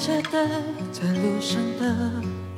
切的在路上的，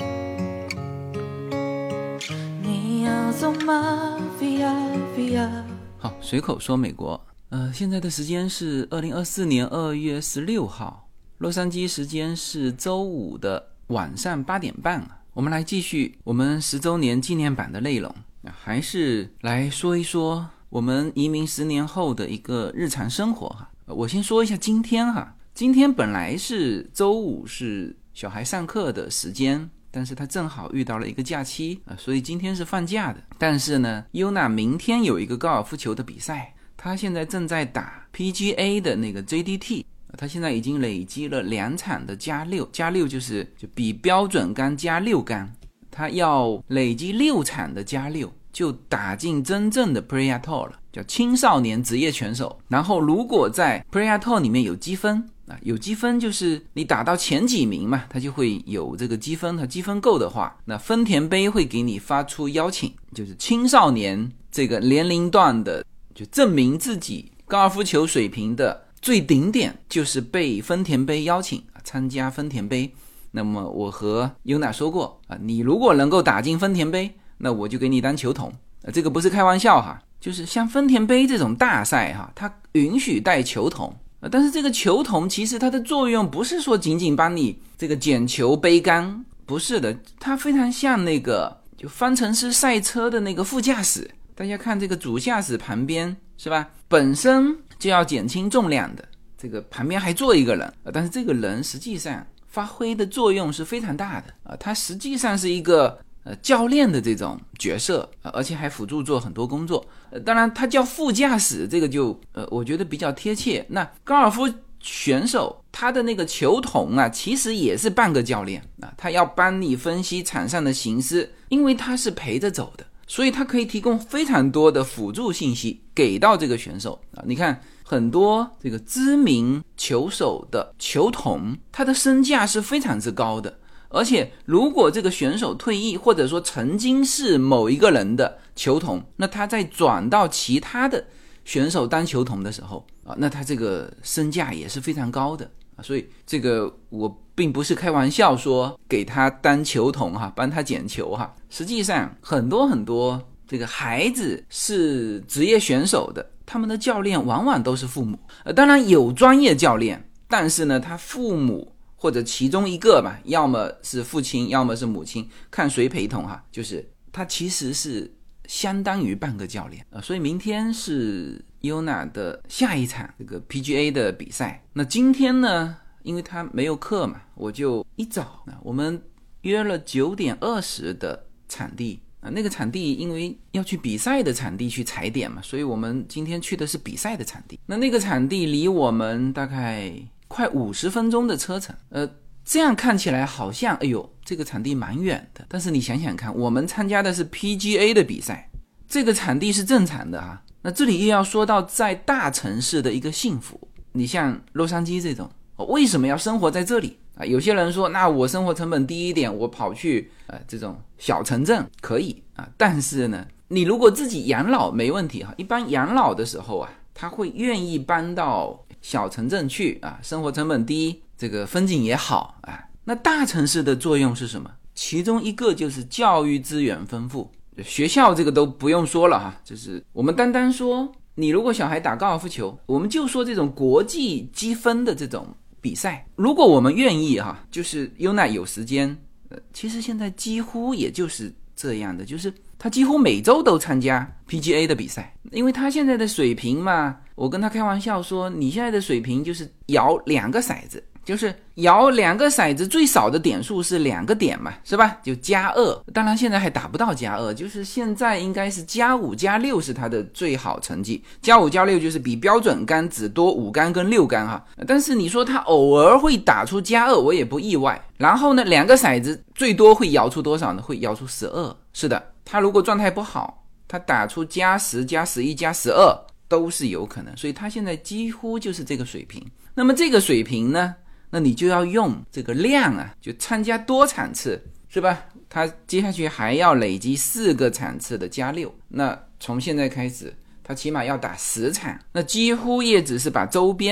你要走吗 Via Via。 好，随口说美国。现在的时间是2024年2月16号，洛杉矶时间是周五的晚上8点半。我们来继续我们10周年纪念版的内容，还是来说一说我们移民10年后的一个日常生活哈。我先说一下今天哈，今天本来是周五，是小孩上课的时间，但是他正好遇到了一个假期所以今天是放假的。但是呢 Yuna 明天有一个高尔夫球的比赛，他现在正在打 PGA 的那个 JDT，他现在已经累积了2场的加6就是比标准杆加6杆，他要累积6场的加6就打进真正的 Playa Tour 了，叫青少年职业选手。然后如果在 Playa Tour 里面有积分有积分就是你打到前几名嘛，他就会有这个积分，他积分够的话，那丰田杯会给你发出邀请，就是青少年这个年龄段的，就证明自己高尔夫球水平的最顶点，就是被丰田杯邀请参加丰田杯。那么我和 Yuna 说过你如果能够打进丰田杯，那我就给你当球童这个不是开玩笑哈，就是像丰田杯这种大赛哈，它允许带球童但是这个球童其实它的作用不是说仅仅帮你这个捡球背杆，不是的，它非常像那个就方程式赛车的那个副驾驶。大家看这个主驾驶旁边是吧，本身就要减轻重量的，这个旁边还坐一个人但是这个人实际上发挥的作用是非常大的他实际上是一个教练的这种角色而且还辅助做很多工作当然他叫副驾驶，这个就我觉得比较贴切。那高尔夫选手他的那个球童其实也是半个教练他要帮你分析场上的形势，因为他是陪着走的，所以他可以提供非常多的辅助信息给到这个选手你看很多这个知名球手的球童，他的身价是非常之高的，而且如果这个选手退役，或者说曾经是某一个人的球童，那他在转到其他的选手当球童的时候那他这个身价也是非常高的所以这个我并不是开玩笑说给他当球童帮他捡球实际上很多这个孩子是职业选手的，他们的教练往往都是父母当然有专业教练，但是呢他父母或者其中一个吧，要么是父亲要么是母亲，看谁陪同就是他其实是相当于半个教练所以明天是 Yuna 的下一场这个 PGA 的比赛。那今天呢因为他没有课嘛，我就一早我们约了9点20的场地那个场地因为要去比赛的场地去踩点嘛，所以我们今天去的是比赛的场地。那个场地离我们大概快50分钟的车程这样看起来好像这个场地蛮远的，但是你想想看，我们参加的是 PGA 的比赛，这个场地是正常的那这里又要说到在大城市的一个幸福，你像洛杉矶这种为什么要生活在这里有些人说那我生活成本低一点，我跑去这种小城镇可以但是呢你如果自己养老没问题一般养老的时候他会愿意搬到小城镇去生活成本低，这个风景也好那大城市的作用是什么？其中一个就是教育资源丰富，学校这个都不用说了就是我们单单说你如果小孩打高尔夫球，我们就说这种国际积分的这种比赛，如果我们愿意就是 Yuna 有时间其实现在几乎也就是这样的，就是他几乎每周都参加 PGA 的比赛，因为他现在的水平嘛，我跟他开玩笑说你现在的水平就是摇2个骰子，就是摇2个骰子最少的点数是2个点嘛，是吧？就加2，当然现在还达不到加2，就是现在应该是加5加6是他的最好成绩，加5加6就是比标准杆只多5杆跟6杆但是你说他偶尔会打出加2，我也不意外。然后呢2个骰子最多会摇出多少呢？会摇出12，是的，他如果状态不好，他打出加10加11加12都是有可能，所以他现在几乎就是这个水平。那么这个水平呢，那你就要用这个量就参加多场次，是吧？他接下去还要累积4个场次的加6，那从现在开始他起码要打10场，那几乎也只是把周边的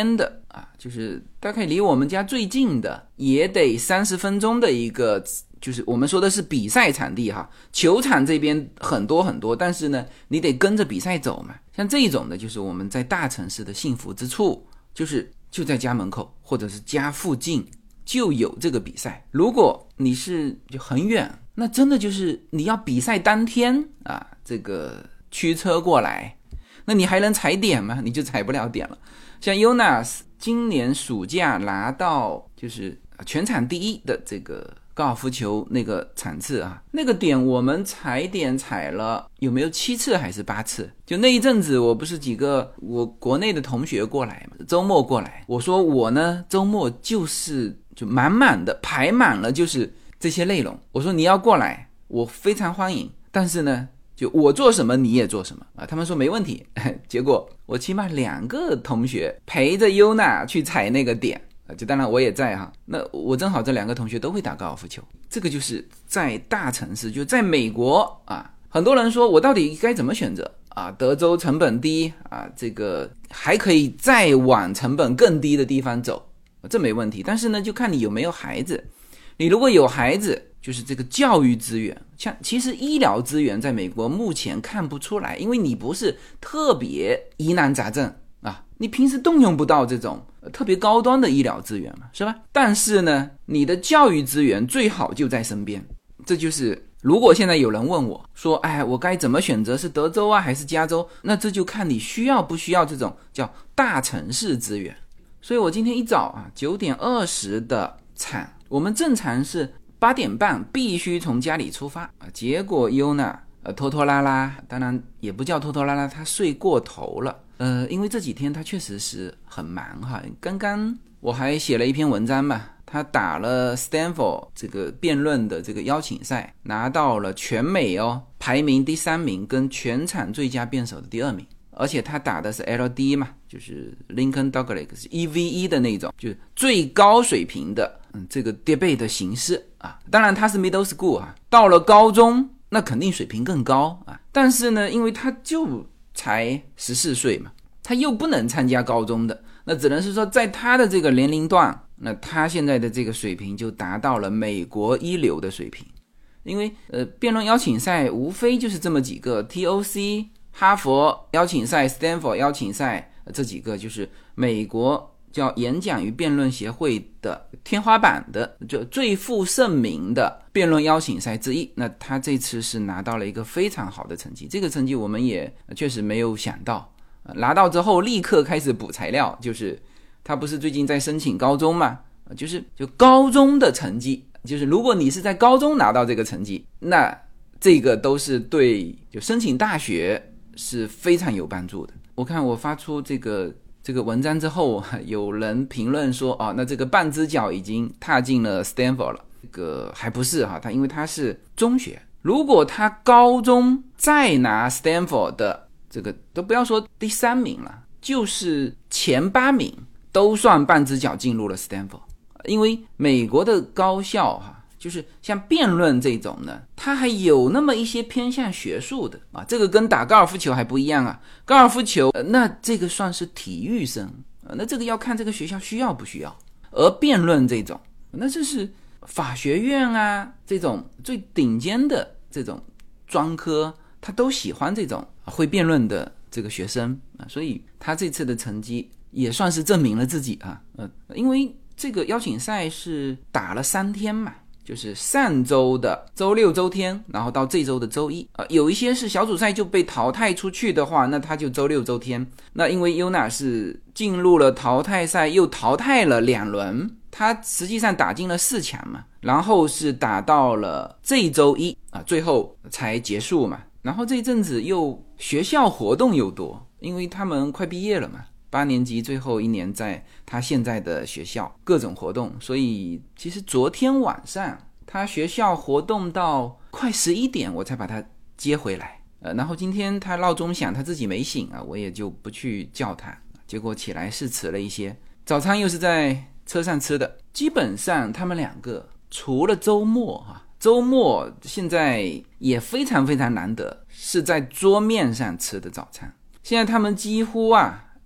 啊，就是大概离我们家最近的也得30分钟的一个，就是我们说的是比赛场地哈，球场这边很多很多，但是呢你得跟着比赛走嘛。像这种的就是我们在大城市的幸福之处，就在家门口或者是家附近就有这个比赛。如果你是就很远，那真的就是你要比赛当天啊，这个驱车过来，那你还能踩点吗？你就踩不了点了。像 Jonas 今年暑假拿到就是全场第一的这个高尔夫球那个场次啊，那个点我们踩点踩了有没有7次还是8次？就那一阵子我不是几个我国内的同学过来嘛，周末过来，我说我呢周末就满满的排满了，就是这些内容。我说你要过来，我非常欢迎，但是呢就我做什么你也做什么啊？他们说没问题。结果我起码2个同学陪着优娜去踩那个点，就当然我也在哈。那我正好这2个同学都会打高尔夫球，这个就是在大城市，就在美国啊。很多人说我到底该怎么选择啊？德州成本低啊，这个还可以再往成本更低的地方走，这没问题。但是呢，就看你有没有孩子。你如果有孩子，就是这个教育资源，像其实医疗资源在美国目前看不出来，因为你不是特别疑难杂症啊，你平时动用不到这种特别高端的医疗资源嘛，是吧？但是呢，你的教育资源最好就在身边。这就是如果现在有人问我说，哎，我该怎么选择，是德州啊还是加州？那这就看你需要不需要这种叫大城市资源。所以我今天一早啊9点20的场，我们正常是8点半必须从家里出发啊，结果优娜拖拖拉拉，当然也不叫拖拖拉拉，她睡过头了。因为这几天她确实是很忙哈。刚刚我还写了一篇文章嘛，她打了 Stanford 这个辩论的这个邀请赛，拿到了全美排名第3名跟全场最佳辩手的第2名。而且他打的是 LD 嘛，就是 Lincoln Douglas 1v1 的那种，就是最高水平的这个 debate 的形式啊。当然他是 middle school 啊，到了高中那肯定水平更高啊。但是呢，因为他就才14岁嘛，他又不能参加高中的，那只能是说在他的这个年龄段，那他现在的这个水平就达到了美国一流的水平。因为辩论邀请赛无非就是这么几个 TOC。哈佛邀请赛、Stanford 邀请赛，这几个就是美国叫演讲与辩论协会的天花板的，就最负盛名的辩论邀请赛之一。那他这次是拿到了一个非常好的成绩，这个成绩我们也确实没有想到。拿到之后立刻开始补材料，就是他不是最近在申请高中嘛，就高中的成绩，就是如果你是在高中拿到这个成绩，那这个都是对就申请大学是非常有帮助的。我看我发出这个文章之后，有人评论说那这个半只脚已经踏进了 Stanford 了。这个还不是哈，因为他是中学，如果他高中再拿 Stanford 的这个都不要说第3名了，就是前8名都算半只脚进入了 Stanford。因为美国的高校就是像辩论这种呢，它还有那么一些偏向学术的啊，这个跟打高尔夫球还不一样啊。高尔夫球那这个算是体育生那这个要看这个学校需要不需要。而辩论这种，那这是法学院啊，这种最顶尖的这种专科，他都喜欢这种会辩论的这个学生所以他这次的成绩也算是证明了自己因为这个邀请赛是打了3天嘛。就是上周的周6周天，然后到这周的周1有一些是小组赛就被淘汰出去的话，那他就周6周天。那因为优娜是进入了淘汰赛，又淘汰了2轮，他实际上打进了4强嘛，然后是打到了这周1最后才结束嘛。然后这一阵子又学校活动又多，因为他们快毕业了嘛，8年级最后1年在他现在的学校各种活动，所以其实昨天晚上他学校活动到快11点我才把他接回来然后今天他闹钟响他自己没醒我也就不去叫他，结果起来是迟了一些，早餐又是在车上吃的。基本上他们2个除了周末周末现在也非常非常难得是在桌面上吃的早餐。现在他们几乎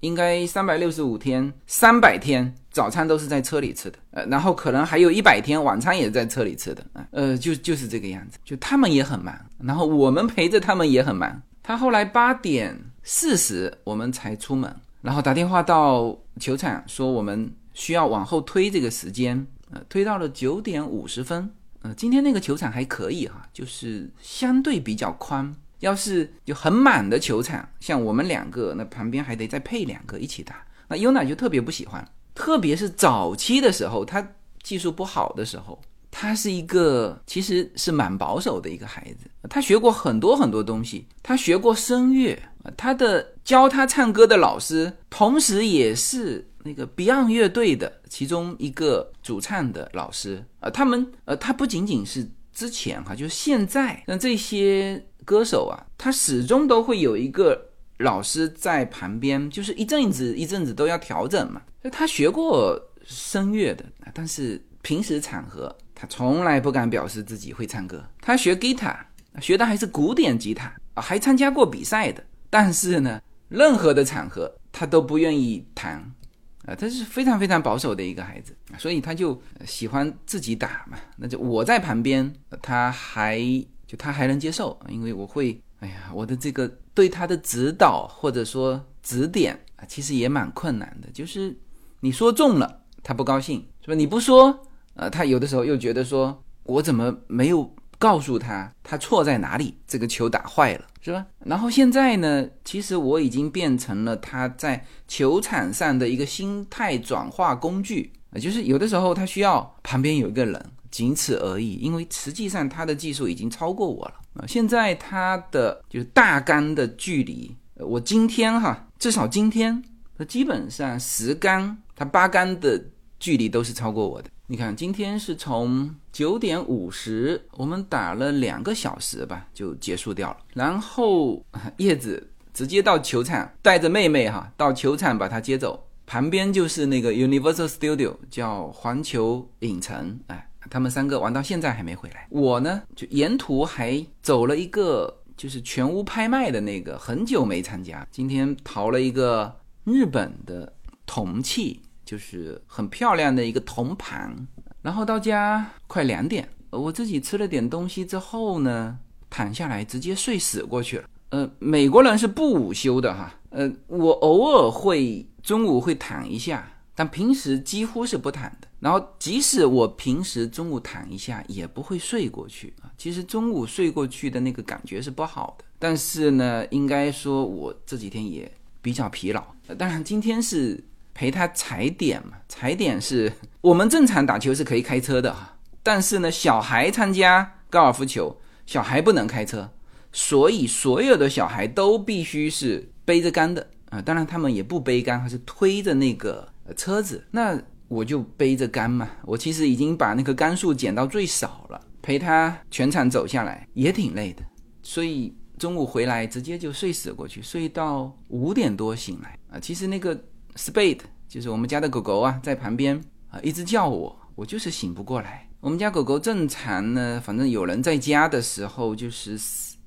应该365天300天早餐都是在车里吃的，然后可能还有100天晚餐也在车里吃的，就是这个样子。就他们也很忙，然后我们陪着他们也很忙。他后来8点40我们才出门，然后打电话到球场说我们需要往后推这个时间，推到了9点50分。今天那个球场还可以哈，就是相对比较宽。要是就很满的球场，像我们2个，那旁边还得再配2个一起打。那优娜就特别不喜欢，特别是早期的时候，他技术不好的时候，他是一个其实是蛮保守的一个孩子。他学过很多很多东西，他学过声乐，他的教他唱歌的老师，同时也是那个 Beyond 乐队的其中一个主唱的老师。他不仅仅是之前就是现在那这些歌手啊，他始终都会有一个老师在旁边，就是一阵子都要调整嘛。所以他学过声乐的，但是平时场合他从来不敢表示自己会唱歌。他学吉他，学的还是古典吉他，还参加过比赛的，但是呢，任何的场合他都不愿意弹。他是非常非常保守的一个孩子，所以他就喜欢自己打嘛。那就我在旁边，他还能接受，因为我会，我的这个对他的指导或者说指点其实也蛮困难的。就是你说中了，他不高兴，是吧？你不说，他有的时候又觉得说，我怎么没有告诉他错在哪里，这个球打坏了，是吧？然后现在呢，其实我已经变成了他在球场上的一个心态转化工具，就是有的时候他需要旁边有一个人，仅此而已。因为实际上他的技术已经超过我了。现在他的就是大杆的距离，我今天至少今天基本上10杆他8杆的距离都是超过我的。你看今天是从9点50我们打了2个小时吧就结束掉了，然后叶子直接到球场带着妹妹到球场把她接走，旁边就是那个 Universal Studio 叫环球影城，他们3个玩到现在还没回来。我呢就沿途还走了一个就是全屋拍卖的那个，很久没参加，今天淘了一个日本的铜器，就是很漂亮的一个铜盘。然后到家快2点，我自己吃了点东西之后呢，躺下来直接睡死过去了。美国人是不午休的我偶尔会中午会躺一下，但平时几乎是不躺的。然后即使我平时中午躺一下也不会睡过去，其实中午睡过去的那个感觉是不好的。但是呢，应该说我这几天也比较疲劳。当然今天是陪他踩点嘛，踩点是我们正常打球是可以开车的但是呢，小孩参加高尔夫球，小孩不能开车，所以所有的小孩都必须是背着杆的当然他们也不背杆，还是推着那个车子。那我就背着杆嘛，我其实已经把那个杆数减到最少了，陪他全场走下来也挺累的，所以中午回来直接就睡死过去，睡到5点多醒来其实那个 Spade 就是我们家的狗狗在旁边一直叫我就是醒不过来。我们家狗狗正常呢，反正有人在家的时候就是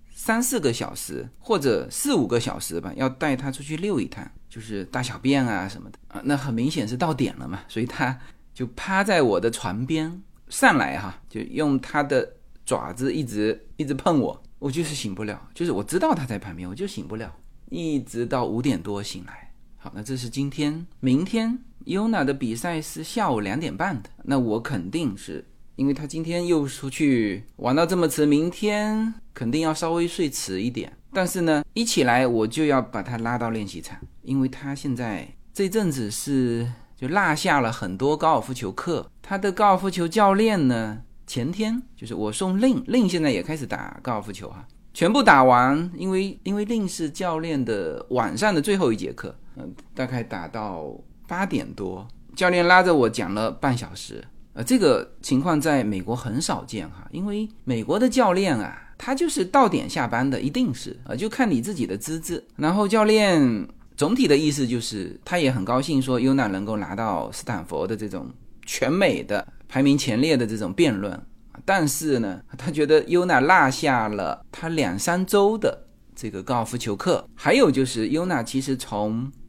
3-4个小时或者4-5个小时吧，要带它出去溜一趟，就是大小便什么的那很明显是到点了嘛，所以它就趴在我的床边上来就用它的爪子一直碰我就是醒不了，就是我知道它在旁边，我就醒不了，一直到5点多醒来。好，那这是今天。明天 Yona 的比赛是下午2点半的，那我肯定是因为他今天又出去玩到这么迟，明天肯定要稍微睡迟一点。但是呢，一起来我就要把他拉到练习场，因为他现在这阵子是就落下了很多高尔夫球课。他的高尔夫球教练呢，前天就是我送令现在也开始打高尔夫球全部打完，因为令是教练的晚上的最后一节课大概打到8点多，教练拉着我讲了半小时。这个情况在美国很少见因为美国的教练他就是到点下班的，一定是就看你自己的资质。然后教练总体的意思就是他也很高兴说 Yona 能够拿到斯坦福的这种全美的排名前列的这种辩论，但是呢他觉得 Yona 落下了他2-3周的这个高尔夫球课。还有就是 Yona 其实从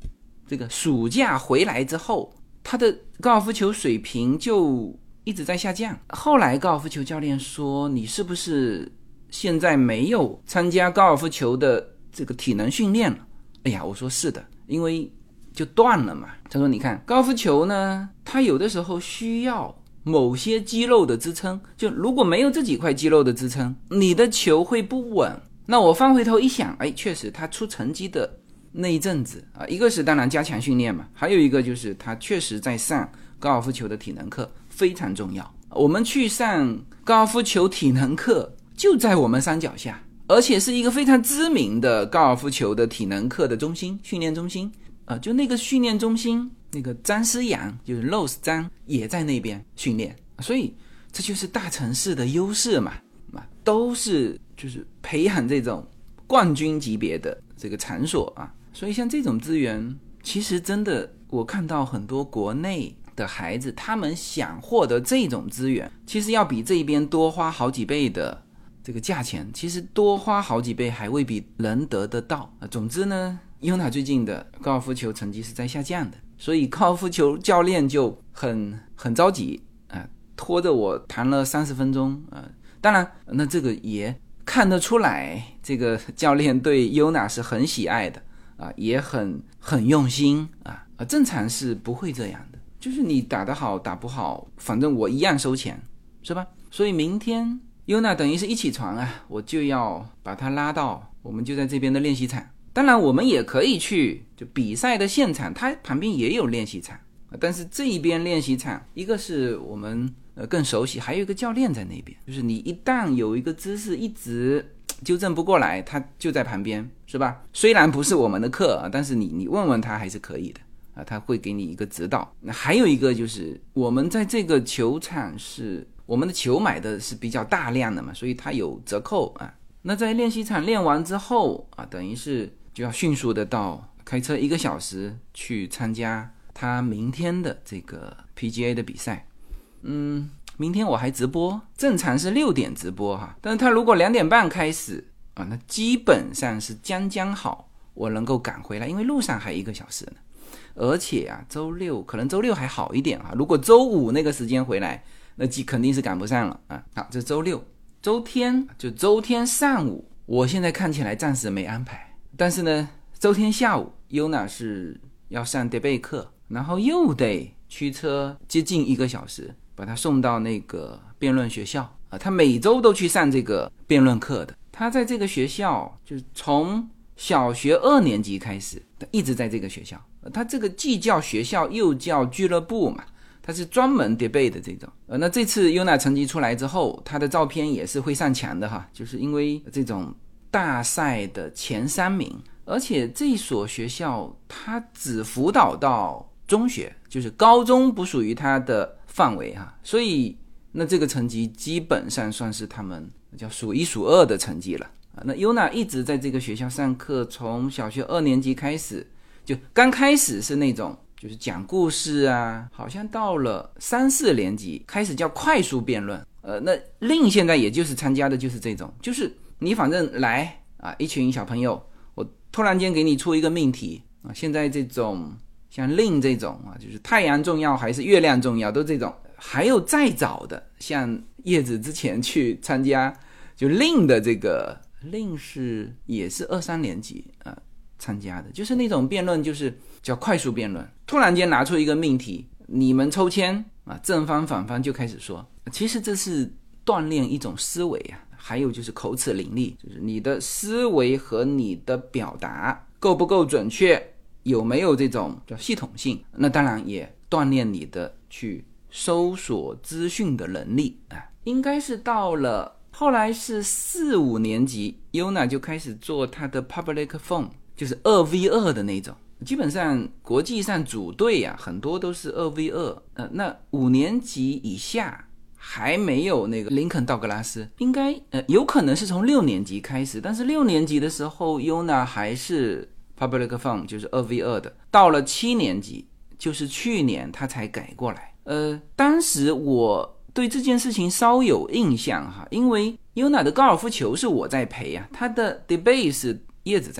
这个暑假回来之后，他的高尔夫球水平就一直在下降。后来高尔夫球教练说，你是不是现在没有参加高尔夫球的这个体能训练了？哎呀，我说是的，因为就断了嘛。他说你看高尔夫球呢，它有的时候需要某些肌肉的支撑，就如果没有这几块肌肉的支撑，你的球会不稳。那我翻回头一想，确实他出成绩的那一阵子一个是当然加强训练嘛，还有一个就是他确实在上高尔夫球的体能课，非常重要。我们去上高尔夫球体能课就在我们山脚下，而且是一个非常知名的高尔夫球的体能课的中心，训练中心就那个训练中心，那个张思阳就是 Rose 张也在那边训练，所以这就是大城市的优势嘛，都是就是培养这种冠军级别的这个场所所以像这种资源，其实真的我看到很多国内的孩子，他们想获得这种资源，其实要比这边多花好几倍的这个价钱，其实多花好几倍还未必能得得到总之呢，Yona 最近的高尔夫球成绩是在下降的，所以高尔夫球教练就很着急拖着我谈了30分钟当然那这个也看得出来，这个教练对 Yona 是很喜爱的也很用心正常是不会这样的，就是你打得好打不好，反正我一样收钱，是吧？所以明天 Yona 等于是一起床我就要把他拉到我们就在这边的练习场。当然我们也可以去就比赛的现场，它旁边也有练习场但是这一边练习场一个是我们更熟悉，还有一个教练在那边，就是你一旦有一个姿势一直纠正不过来，他就在旁边，是吧？虽然不是我们的课但是你问问他还是可以的他会给你一个指导。那还有一个就是我们在这个球场是我们的球买的是比较大量的嘛，所以它有折扣那在练习场练完之后等于是就要迅速的到开车1个小时去参加他明天的这个 PGA 的比赛。明天我还直播，正常是6点直播但是他如果2点半开始那基本上是将好我能够赶回来，因为路上还1个小时呢。而且周六可能周六还好一点如果周五那个时间回来，那肯定是赶不上了好，这周六。周天上午我现在看起来暂时没安排，但是呢周天下午 Yona 是要上 debate 课，然后又得驱车接近1个小时把他送到那个辩论学校他每周都去上这个辩论课的。他在这个学校就是从小学2年级开始一直在这个学校，他这个既叫学校又叫俱乐部嘛，他是专门 debate 的这种那这次 Yona 成绩出来之后，他的照片也是会上墙的就是因为这种大赛的前3名，而且这所学校他只辅导到中学，就是高中不属于他的范围所以那这个成绩基本上算是他们叫数1数2的成绩了那 Yona 一直在这个学校上课，从小学2年级开始，就刚开始是那种就是讲故事好像到了3、4年级开始叫快速辩论那另现在也就是参加的就是这种，就是你反正来一群小朋友，我突然间给你出一个命题现在这种像令这种就是太阳重要还是月亮重要，都这种。还有再早的，像叶子之前去参加就令的这个令也是2、3年级参加的，就是那种辩论，就是叫快速辩论，突然间拿出一个命题，你们抽签正方反方就开始说。其实这是锻炼一种思维还有就是口齿伶俐，就是你的思维和你的表达够不够准确，有没有这种叫系统性，那当然也锻炼你的去搜索资讯的能力应该是到了后来是4、5年级 Yona 就开始做他的 public phone， 就是2v2的那种，基本上国际上组队很多都是2v2那5年级以下还没有那个林肯道格拉斯，应该有可能是从6年级开始，但是6年级的时候 Yona 还是 public phone 就是 2v2 的，到了7年级就是去年他才改过来当时我对这件事情稍有印象因为 Yona 的高尔夫球是我在陪他的 debate 是叶子在陪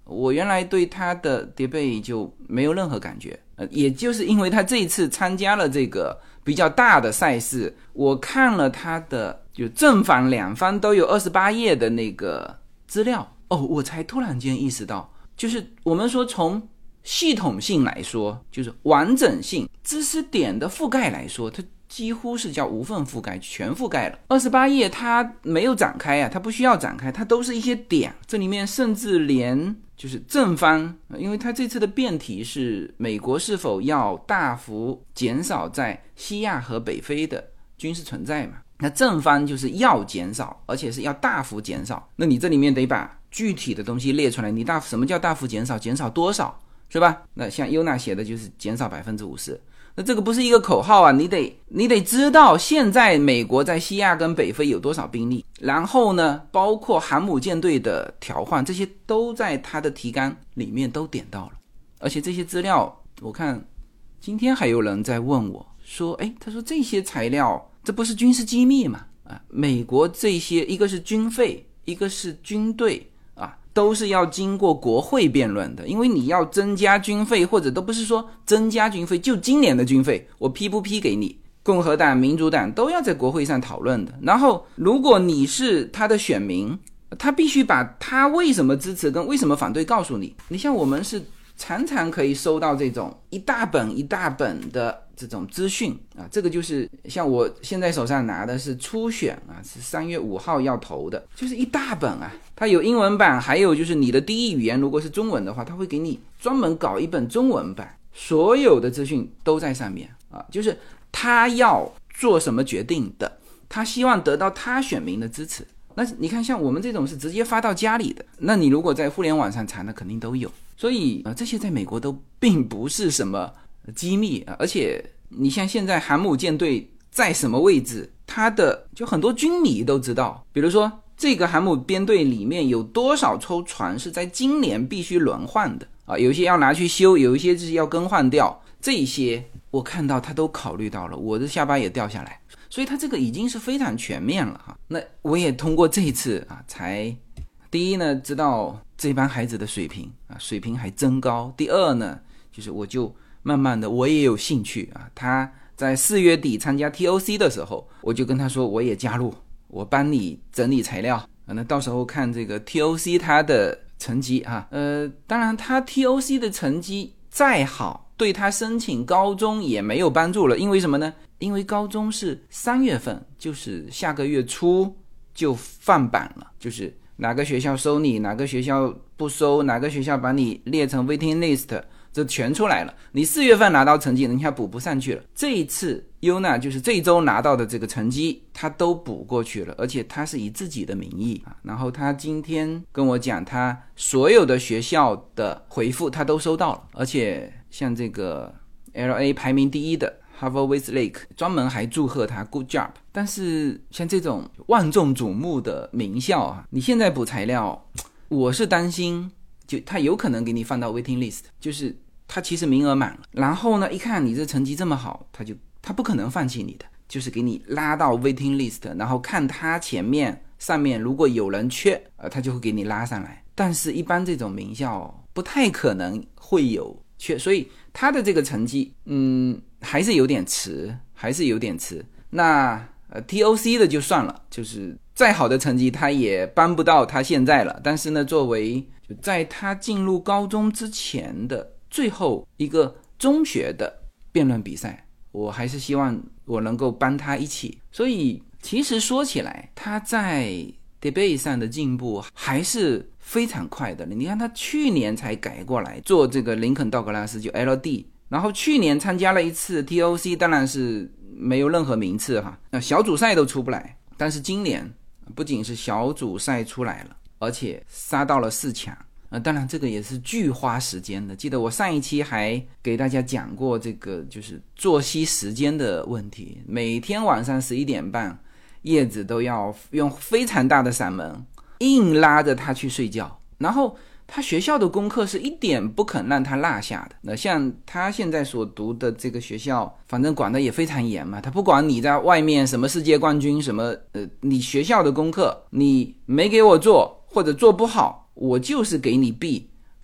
我原来对他的 debate 就没有任何感觉，也就是因为他这一次参加了这个比较大的赛事，我看了他的就正反两方都有28页的那个资料，我才突然间意识到，就是我们说从系统性来说，就是完整性、知识点的覆盖来说，它几乎是叫无缝覆盖，全覆盖了。28页它没有展开啊，它不需要展开，它都是一些点，这里面甚至连就是正方，因为它这次的辩题是美国是否要大幅减少在西亚和北非的军事存在嘛，那正方就是要减少，而且是要大幅减少，那你这里面得把具体的东西列出来，你什么叫大幅减少，减少多少，是吧？那像优娜写的就是减少 50%， 那这个不是一个口号啊，你得知道现在美国在西亚跟北非有多少兵力，然后呢包括航母舰队的调换，这些都在他的提纲里面都点到了。而且这些资料我看今天还有人在问我说，他说这些材料这不是军事机密吗？美国这些一个是军费，一个是军队都是要经过国会辩论的，因为你要增加军费，或者都不是说增加军费，就今年的军费我批不批给你，共和党民主党都要在国会上讨论的。然后如果你是他的选民，他必须把他为什么支持跟为什么反对告诉你。你像我们是常常可以收到这种一大本一大本的这种资讯这个就是像我现在手上拿的是初选是3月5号要投的，就是一大本它有英文版，还有就是你的第一语言如果是中文的话，它会给你专门搞一本中文版，所有的资讯都在上面就是他要做什么决定的，他希望得到他选民的支持。那你看像我们这种是直接发到家里的，那你如果在互联网上查，那肯定都有。所以这些在美国都并不是什么机密而且你像现在航母舰队在什么位置，它的就很多军迷都知道，比如说这个航母编队里面有多少艘船是在今年必须轮换的有一些要拿去修，有一些就是要更换掉，这些我看到他都考虑到了，我的下巴也掉下来。所以他这个已经是非常全面了那我也通过这一次才第一呢知道这帮孩子的水平还真高，第二呢就是我就慢慢的我也有兴趣他在4月底参加 TOC 的时候，我就跟他说我也加入，我帮你整理材料那到时候看这个 TOC 他的成绩当然他 TOC 的成绩再好，对他申请高中也没有帮助了，因为什么呢？因为高中是3月份，就是下个月初就放榜了，就是哪个学校收你，哪个学校不收，哪个学校把你列成 waiting list， 这全出来了。你4月份拿到成绩，人家补不上去了。这一次优娜就是这一周拿到的这个成绩，他都补过去了，而且他是以自己的名义然后他今天跟我讲，他所有的学校的回复他都收到了，而且像这个 LA 排名第一的Harvard Westlake 专门还祝贺他 good job。 但是像这种万众瞩目的名校你现在补材料，我是担心就他有可能给你放到 waiting list， 就是他其实名额满了，然后呢一看你这成绩这么好，他不可能放弃你的，就是给你拉到 waiting list， 然后看他前面上面如果有人缺他就会给你拉上来。但是一般这种名校不太可能会有缺，所以他的这个成绩还是有点迟。那TOC 的就算了，就是再好的成绩他也帮不到他现在了。但是呢，作为就在他进入高中之前的最后一个中学的辩论比赛，我还是希望我能够帮他一起。所以其实说起来，他在 debate 上的进步还是非常快的。你看他去年才改过来做这个林肯道格拉斯，就 LD， 然后去年参加了一次 TOC， 当然是没有任何名次那小组赛都出不来。但是今年不仅是小组赛出来了，而且杀到了4强当然这个也是巨花时间的。记得我上一期还给大家讲过这个就是作息时间的问题，每天晚上11点半叶子都要用非常大的嗓门硬拉着他去睡觉，然后他学校的功课是一点不肯让他落下的。那像他现在所读的这个学校，反正管得也非常严嘛，他不管你在外面什么世界冠军什么你学校的功课你没给我做或者做不好，我就是给你 B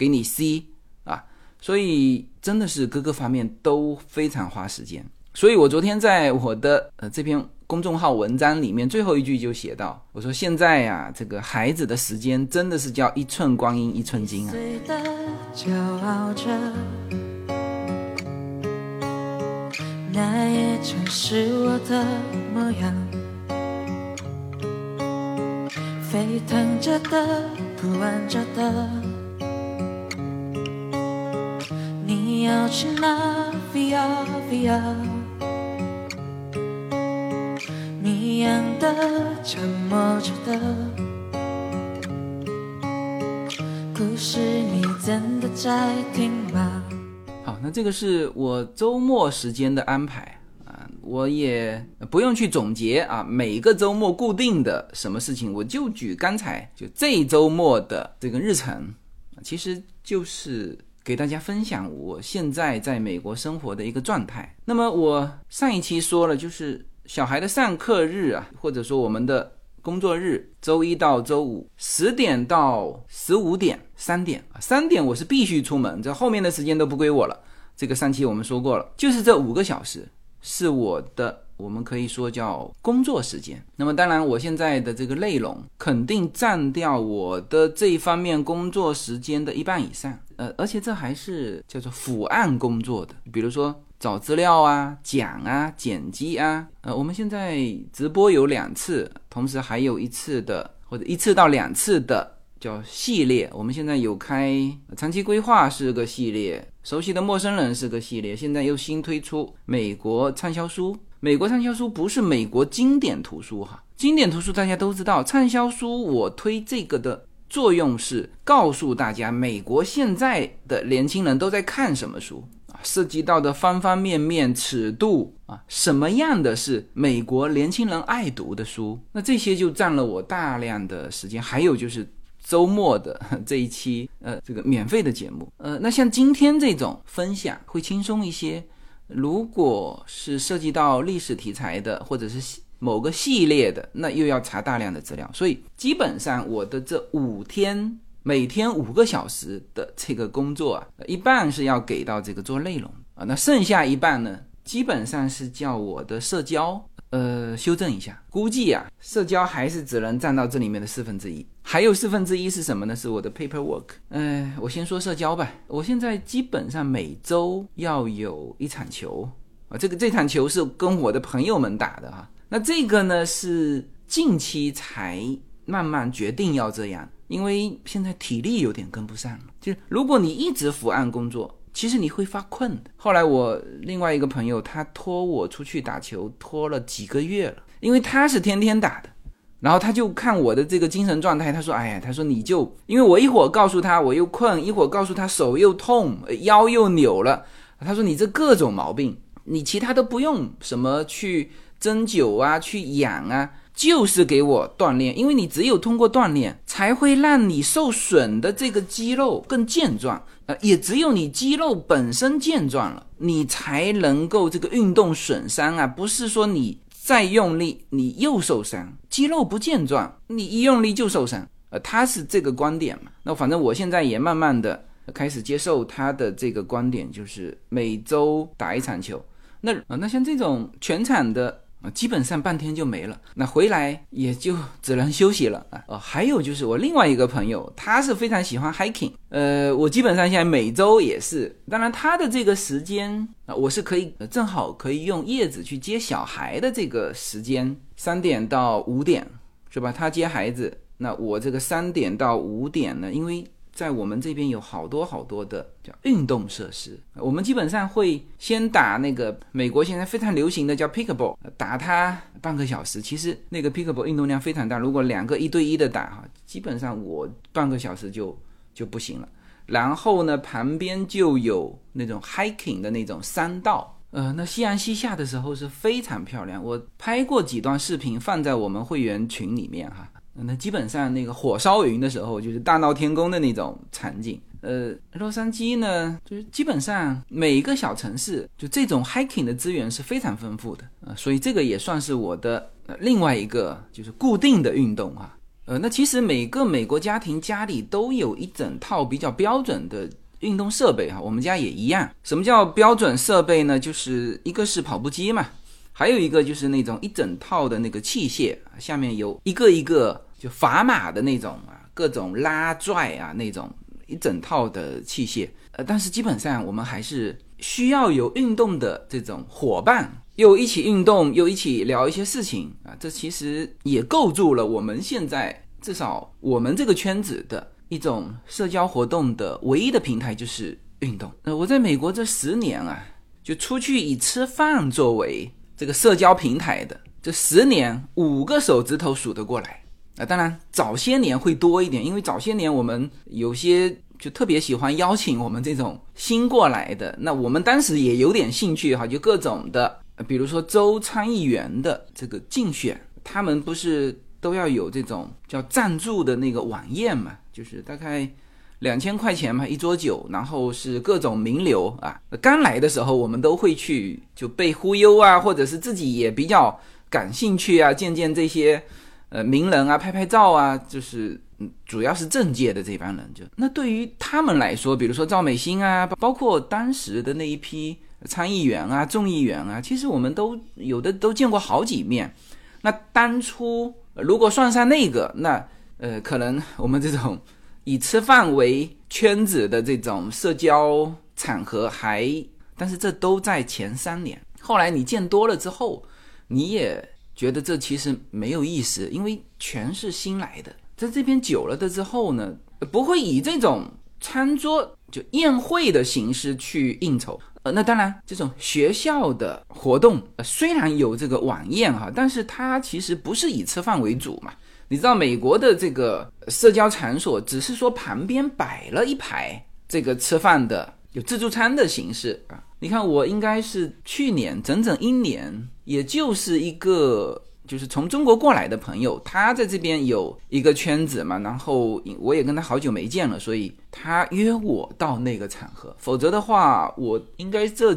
给你 C 啊，所以真的是各个方面都非常花时间。所以我昨天在我的这篇公众号文章里面最后一句就写到，我说现在呀，这个孩子的时间真的是叫一寸光阴一寸金啊。 骄傲着，那也曾是我的模样，沸腾着的，不安着的，你要去哪 ？Via Via。你一样的沉默着的故事，你真的在听吗？ 好，那这个是我周末时间的安排啊，我也不用去总结啊，每个周末固定的什么事情，我就举刚才就这一周末的这个日程，其实就是给大家分享我现在在美国生活的一个状态。那么我上一期说了，就是小孩的上课日啊，或者说我们的工作日，周一到周五10点到15点3点我是必须出门，这后面的时间都不归我了，这个上期我们说过了，就是这5个小时是我的，我们可以说叫工作时间。那么当然我现在的这个内容肯定占掉我的这一方面工作时间的一半以上，而且这还是叫做伏案工作的，比如说找资料啊、讲啊、剪辑啊。我们现在直播有2次，同时还有1次的或者1次到2次的叫系列。我们现在有开长期规划是个系列，熟悉的陌生人是个系列，现在又新推出美国畅销书。美国畅销书不是美国经典图书哈，经典图书大家都知道，畅销书我推这个的作用是告诉大家美国现在的年轻人都在看什么书，涉及到的方方面面尺度啊，什么样的是美国年轻人爱读的书，那这些就占了我大量的时间。还有就是周末的这一期这个免费的节目，那像今天这种分享会轻松一些，如果是涉及到历史题材的或者是某个系列的，那又要查大量的资料，所以基本上我的这5天每天5个小时的这个工作啊，一半是要给到这个做内容啊，那剩下一半呢，基本上是叫我的社交修正一下，估计啊社交还是只能占到这里面的1/4，还有1/4是什么呢？是我的 paperwork。我先说社交吧，我现在基本上每周要有1场球啊，这场球是跟我的朋友们打的哈。那这个呢是近期才慢慢决定要这样，因为现在体力有点跟不上了，就是如果你一直伏案工作，其实你会发困的。后来我另外一个朋友他拖我出去打球拖了几个月了，因为他是天天打的，然后他就看我的这个精神状态，他说他说你就，因为我一会儿告诉他我又困，一会儿告诉他手又痛腰又扭了，他说你这各种毛病，你其他都不用什么去针灸啊去养啊，就是给我锻炼，因为你只有通过锻炼才会让你受损的这个肌肉更健壮，也只有你肌肉本身健壮了，你才能够这个运动损伤啊，不是说你再用力你又受伤，肌肉不健壮你一用力就受伤，他是这个观点嘛。那反正我现在也慢慢的开始接受他的这个观点，就是每周打1场球。那像这种全场的基本上半天就没了，那回来也就只能休息了还有就是我另外一个朋友，他是非常喜欢 hiking， 我基本上现在每周也是，当然他的这个时间我是可以正好可以用叶子去接小孩的这个时间，3点到5点是吧？他接孩子，那我这个3点到5点呢，因为在我们这边有好多的叫运动设施，我们基本上会先打那个美国现在非常流行的叫 pickleball， 打它半个小时，其实那个 pickleball 运动量非常大，如果2个1对1的打，基本上我半个小时就不行了。然后呢旁边就有那种 hiking 的那种山道，那夕阳西下的时候是非常漂亮，我拍过几段视频放在我们会员群里面哈。那基本上那个火烧云的时候就是大闹天宫的那种场景。洛杉矶呢就是基本上每一个小城市就这种 hiking 的资源是非常丰富的，所以这个也算是我的另外一个就是固定的运动啊。 那其实每个美国家庭家里都有一整套比较标准的运动设备我们家也一样。什么叫标准设备呢？就是一个是跑步机嘛，还有一个就是那种一整套的那个器械，下面有一个一个就砝码的那种各种拉拽那种一整套的器械。但是基本上我们还是需要有运动的这种伙伴，又一起运动，又一起聊一些事情这其实也构筑了我们现在至少我们这个圈子的一种社交活动的唯一的平台，就是运动。我在美国这10年就出去以吃饭作为这个社交平台的，这10年5个手指头数得过来当然早些年会多一点，因为早些年我们有些就特别喜欢邀请我们这种新过来的，那我们当时也有点兴趣就各种的比如说州参议员的这个竞选，他们不是都要有这种叫赞助的那个晚宴嘛，就是大概2000块钱嘛，一桌酒，然后是各种名流刚来的时候我们都会去就被忽悠或者是自己也比较感兴趣见见这些名人拍拍照就是主要是政界的这帮人。那对于他们来说，比如说赵美心包括当时的那一批参议员众议员其实我们都有的都见过好几面。那当初如果算上那个，那可能我们这种以吃饭为圈子的这种社交场合但是这都在前3年。后来你见多了之后，你也觉得这其实没有意思，因为全是新来的，在这边久了的之后呢，不会以这种餐桌就宴会的形式去应酬。那当然这种学校的活动虽然有这个晚宴但是它其实不是以吃饭为主嘛。你知道美国的这个社交场所只是说旁边摆了一排这个吃饭的有自助餐的形式你看我应该是去年整整1年，也就是一个就是从中国过来的朋友，他在这边有一个圈子嘛，然后我也跟他好久没见了，所以他约我到那个场合。否则的话，我应该这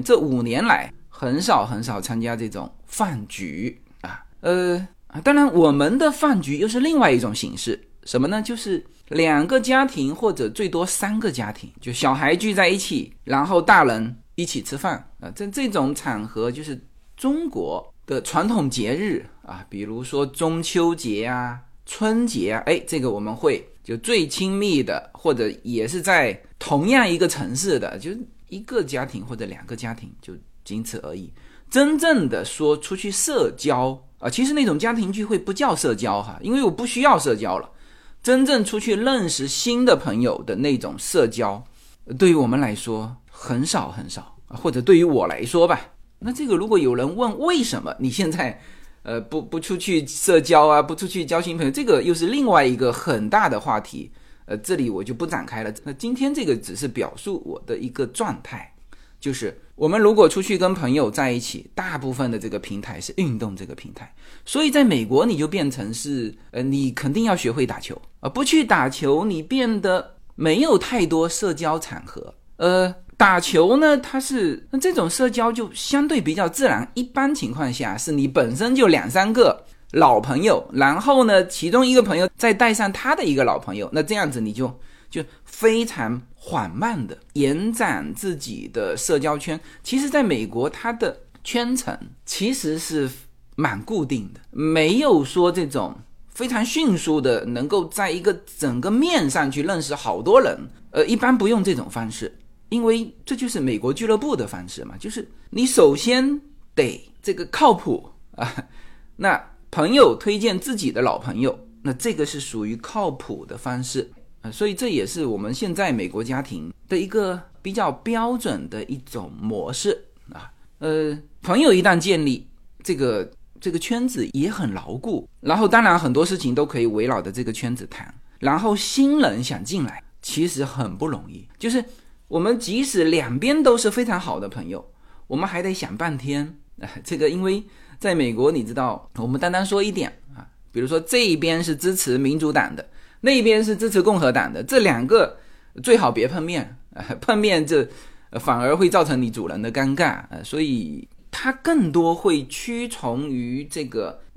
5年来很少参加这种饭局当然我们的饭局又是另外一种形式，什么呢？就是2个家庭或者最多3个家庭，就小孩聚在一起，然后大人一起吃饭这种场合就是中国的传统节日比如说中秋节春节这个我们会就最亲密的，或者也是在同样一个城市的，就1个家庭或者2个家庭，就仅此而已。真正的说出去社交其实那种家庭聚会不叫社交因为我不需要社交了。真正出去认识新的朋友的那种社交，对于我们来说很少或者对于我来说吧。那这个如果有人问为什么你现在不出去社交不出去交新朋友，这个又是另外一个很大的话题，这里我就不展开了。那今天这个只是表述我的一个状态，就是我们如果出去跟朋友在一起，大部分的这个平台是运动这个平台。所以在美国你就变成是你肯定要学会打球不去打球你变得没有太多社交场合打球呢，它是这种社交就相对比较自然，一般情况下是你本身就2-3个老朋友，然后呢其中一个朋友再带上他的一个老朋友，那这样子你就非常缓慢的延展自己的社交圈。其实在美国它的圈层其实是蛮固定的，没有说这种非常迅速的能够在一个整个面上去认识好多人一般不用这种方式，因为这就是美国俱乐部的方式嘛，就是你首先得这个靠谱那朋友推荐自己的老朋友，那这个是属于靠谱的方式所以这也是我们现在美国家庭的一个比较标准的一种模式朋友一旦建立，这个圈子也很牢固，然后当然很多事情都可以围绕着这个圈子谈，然后新人想进来其实很不容易，就是我们即使两边都是非常好的朋友，我们还得想半天这个因为在美国你知道我们单单说一点比如说这一边是支持民主党的，那一边是支持共和党的，这2个最好别碰面碰面这反而会造成你主人的尴尬所以他更多会屈从于这个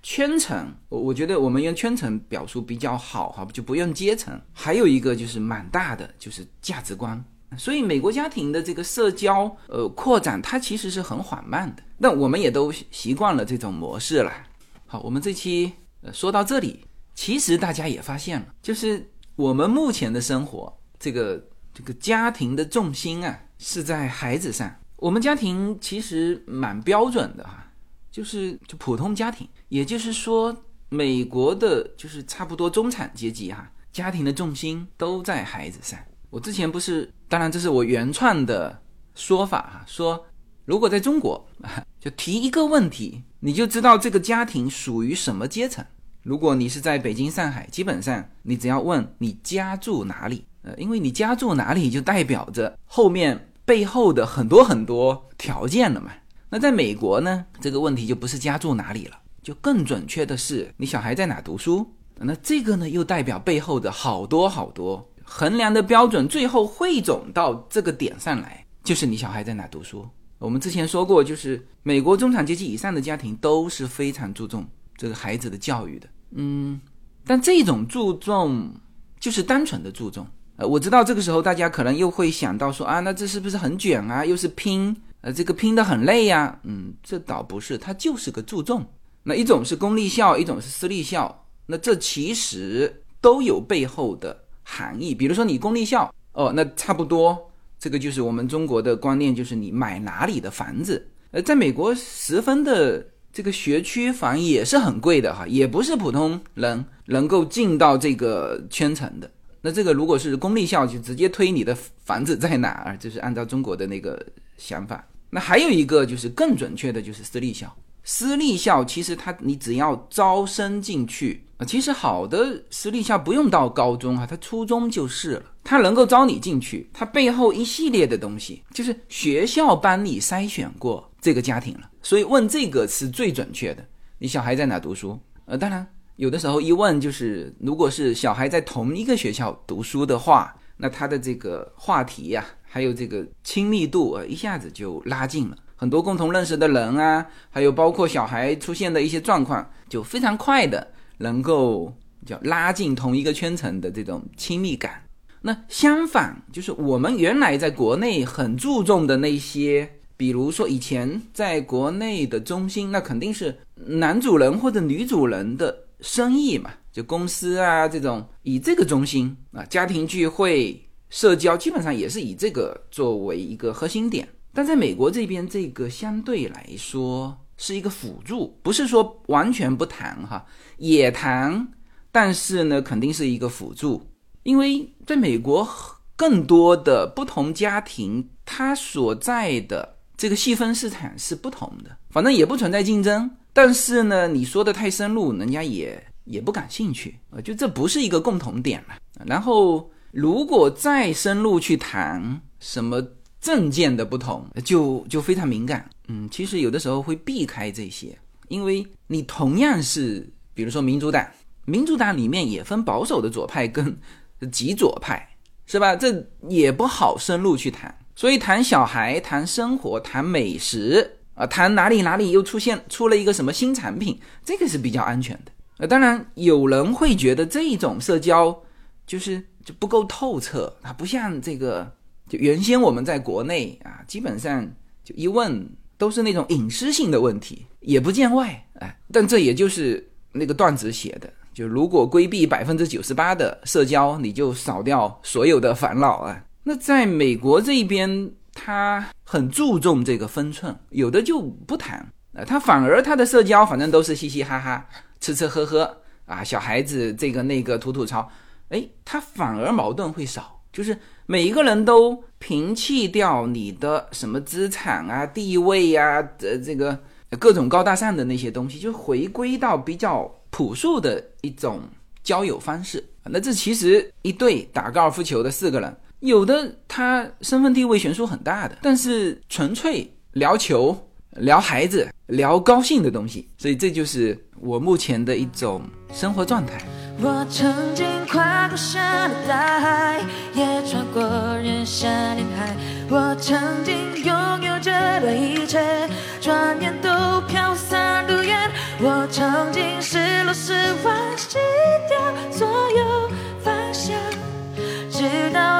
圈层，我觉得我们用圈层表述比较好哈，就不用阶层。还有一个就是蛮大的，就是价值观。所以美国家庭的这个社交扩展，它其实是很缓慢的。那我们也都习惯了这种模式了。好，我们这期说到这里，其实大家也发现了，就是我们目前的生活，这个家庭的重心啊是在孩子上。我们家庭其实蛮标准的哈，就普通家庭，也就是说美国的就是差不多中产阶级哈，家庭的重心都在孩子上。我之前不是，当然这是我原创的说法哈，说如果在中国就提一个问题，你就知道这个家庭属于什么阶层。如果你是在北京上海，基本上你只要问你家住哪里，因为你家住哪里就代表着后面背后的很多很多条件了嘛。那在美国呢，这个问题就不是家住哪里了，就更准确的是你小孩在哪读书。那这个呢又代表背后的好多好多衡量的标准，最后汇总到这个点上来，就是你小孩在哪读书。我们之前说过，就是美国中产阶级以上的家庭都是非常注重这个孩子的教育的。但这种注重就是单纯的注重。我知道这个时候大家可能又会想到说啊，那这是不是很卷啊，又是拼，这个拼得很累啊。这倒不是，它就是个注重。那一种是公立校，一种是私立校，那这其实都有背后的含义。比如说你公立校那差不多这个就是我们中国的观念，就是你买哪里的房子。在美国10分的这个学区房也是很贵的哈，也不是普通人能够进到这个圈层的。那这个如果是公立校，就直接推你的房子在哪儿，就是按照中国的那个想法。那还有一个就是更准确的，就是私立校。私立校其实你只要招生进去，其实好的私立校不用到高中它初中就是了，它能够招你进去，它背后一系列的东西，就是学校帮你筛选过这个家庭了。所以问这个是最准确的，你小孩在哪读书。当然有的时候一问，就是如果是小孩在同一个学校读书的话，那他的这个话题还有这个亲密度一下子就拉近了，很多共同认识的人还有包括小孩出现的一些状况，就非常快的能够叫拉近同一个圈层的这种亲密感。那相反，就是我们原来在国内很注重的那些，比如说以前在国内的中心，那肯定是男主人或者女主人的生意嘛，就公司这种以这个中心家庭聚会社交基本上也是以这个作为一个核心点。但在美国这边，这个相对来说是一个辅助，不是说完全不谈也谈，但是呢肯定是一个辅助。因为在美国更多的不同家庭它所在的这个细分市场是不同的，反正也不存在竞争，但是呢你说的太深入，人家也不感兴趣，就这不是一个共同点了。然后如果再深入去谈什么政见的不同，就非常敏感。其实有的时候会避开这些，因为你同样是比如说民主党里面也分保守的左派跟极左派，是吧？这也不好深入去谈。所以谈小孩，谈生活，谈美食谈哪里又出了一个什么新产品，这个是比较安全的。当然有人会觉得这种社交就不够透彻，它不像这个就原先我们在国内基本上就一问都是那种隐私性的问题，也不见外但这也就是那个段子写的，就如果规避 98% 的社交，你就少掉所有的烦恼那在美国这边他很注重这个分寸，有的就不谈他反而他的社交反正都是嘻嘻哈哈吃吃喝喝小孩子这个那个吐吐槽，他反而矛盾会少，就是每一个人都摒弃掉你的什么资产地位这个各种高大上的那些东西，就回归到比较朴素的一种交友方式。那这其实一对打高尔夫球的4个人，有的他身份地位悬殊很大的，但是纯粹聊球聊孩子聊高兴的东西，所以这就是我目前的一种生活状态。 我曾经跨过山和大海，也穿过人山人海，我曾经拥有着的一切，转眼都飘散如烟。我曾经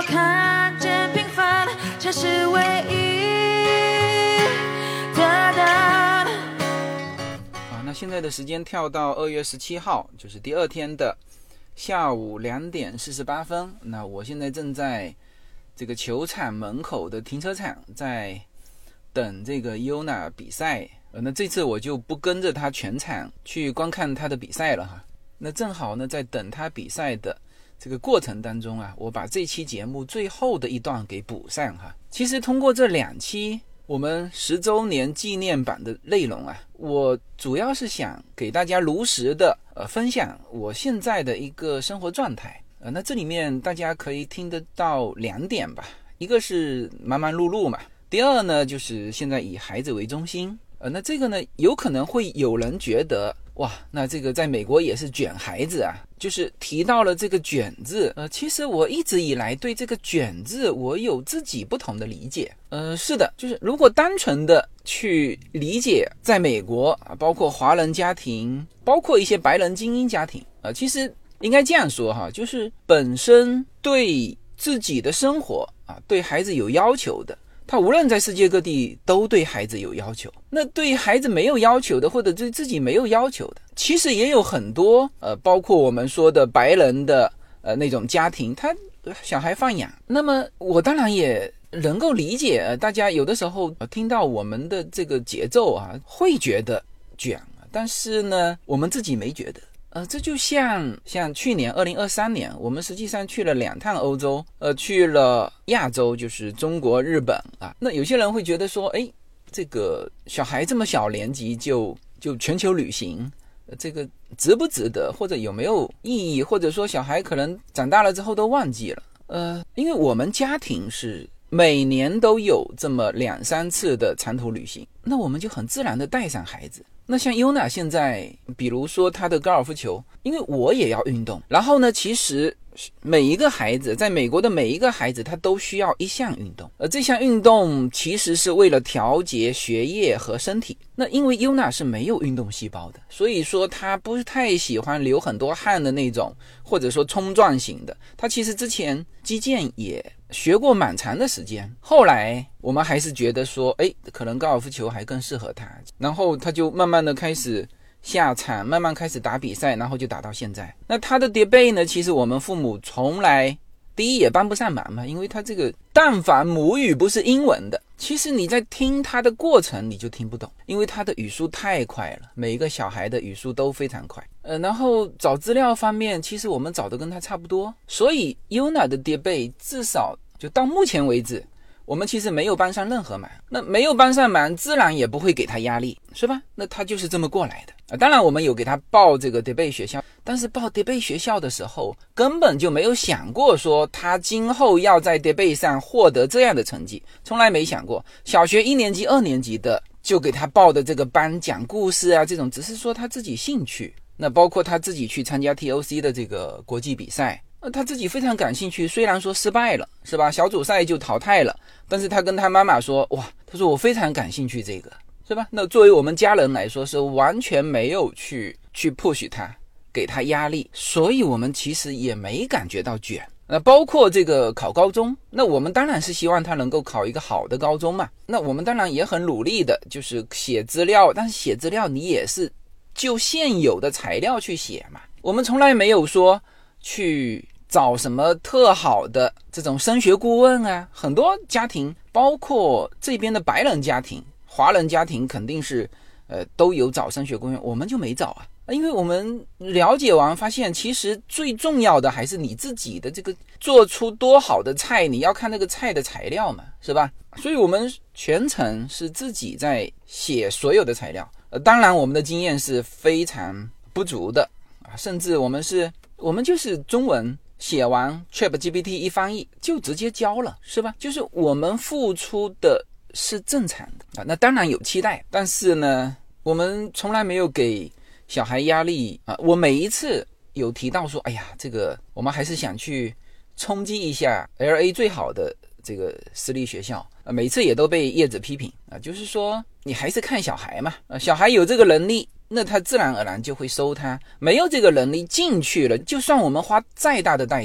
看见平凡才是唯一的答案。 那现在的时间跳到2月17号，就是第二天的下午2点48分。那我现在正在这个球场门口的停车场，在等这个 Yona 比赛。那这次我就不跟着他全场去观看他的比赛了哈。那正好呢，在等他比赛的这个过程当中啊，我把这期节目最后的一段给补上哈。其实通过这2期我们10周年纪念版的内容啊，我主要是想给大家如实的分享我现在的一个生活状态。那这里面大家可以听得到2点吧，一个是忙忙碌碌嘛，第二呢就是现在以孩子为中心。那这个呢，有可能会有人觉得哇，那这个在美国也是卷孩子啊，就是提到了这个卷字。其实我一直以来对这个卷字我有自己不同的理解。是的，就是如果单纯的去理解在美国啊，包括华人家庭，包括一些白人精英家庭其实应该这样说哈，就是本身对自己的生活啊，对孩子有要求的，他无论在世界各地都对孩子有要求。那对孩子没有要求的，或者对自己没有要求的，其实也有很多包括我们说的白人的那种家庭，他小孩放养。那么我当然也能够理解大家有的时候听到我们的这个节奏啊，会觉得卷，但是呢我们自己没觉得。这就像去年2023年，我们实际上去了2趟欧洲，去了亚洲，就是中国、日本啊。那有些人会觉得说，这个小孩这么小年纪就全球旅行，这个值不值得，或者有没有意义，或者说小孩可能长大了之后都忘记了。因为我们家庭是每年都有这么2-3次的长途旅行，那我们就很自然的带上孩子。那像 Yona 现在比如说他的高尔夫球，因为我也要运动，然后呢其实每一个孩子，在美国的每一个孩子他都需要一项运动，而这项运动其实是为了调节学业和身体。那因为 Yona 是没有运动细胞的，所以说他不是太喜欢流很多汗的那种，或者说冲撞型的。他其实之前击剑也学过蛮长的时间，后来我们还是觉得说可能高尔夫球还更适合他，然后他就慢慢的开始下场，慢慢开始打比赛，然后就打到现在。那他的叠背呢，其实我们父母从来第一也帮不上忙嘛，因为他这个但凡母语不是英文的，其实你在听他的过程你就听不懂，因为他的语速太快了，每一个小孩的语速都非常快。然后找资料方面，其实我们找的跟他差不多，所以 Yona 的叠背至少就到目前为止我们其实没有帮上任何忙。那没有帮上忙，自然也不会给他压力，是吧？那他就是这么过来的。当然我们有给他报这个叠背学校，但是报叠背学校的时候根本就没有想过说他今后要在叠背上获得这样的成绩，从来没想过。小学1年级2年级的就给他报的这个班，讲故事啊这种，只是说他自己兴趣。那包括他自己去参加 TOC 的这个国际比赛，他自己非常感兴趣，虽然说失败了，是吧？小组赛就淘汰了，但是他跟他妈妈说，哇，他说我非常感兴趣这个，是吧？那作为我们家人来说，是完全没有去 push 他，给他压力，所以我们其实也没感觉到卷。那包括这个考高中，那我们当然是希望他能够考一个好的高中嘛。那我们当然也很努力的，就是写资料，但是写资料你也是就现有的材料去写嘛。我们从来没有说去找什么特好的这种升学顾问啊，很多家庭包括这边的白人家庭、华人家庭肯定是都有找升学顾问，我们就没找啊。因为我们了解完发现，其实最重要的还是你自己的这个做出多好的菜，你要看那个菜的材料嘛，是吧？所以我们全程是自己在写所有的材料。当然我们的经验是非常不足的啊，甚至我们就是中文写完 ChatGPT 一翻译就直接交了，是吧？就是我们付出的是正常的啊，那当然有期待，但是呢，我们从来没有给小孩压力啊。我每一次有提到说，哎呀，这个我们还是想去冲击一下 LA 最好的这个私立学校，每次也都被叶子批评啊，就是说你还是看小孩嘛，小孩有这个能力，那他自然而然就会收他，没有这个能力进去了，就算我们花再大的代价，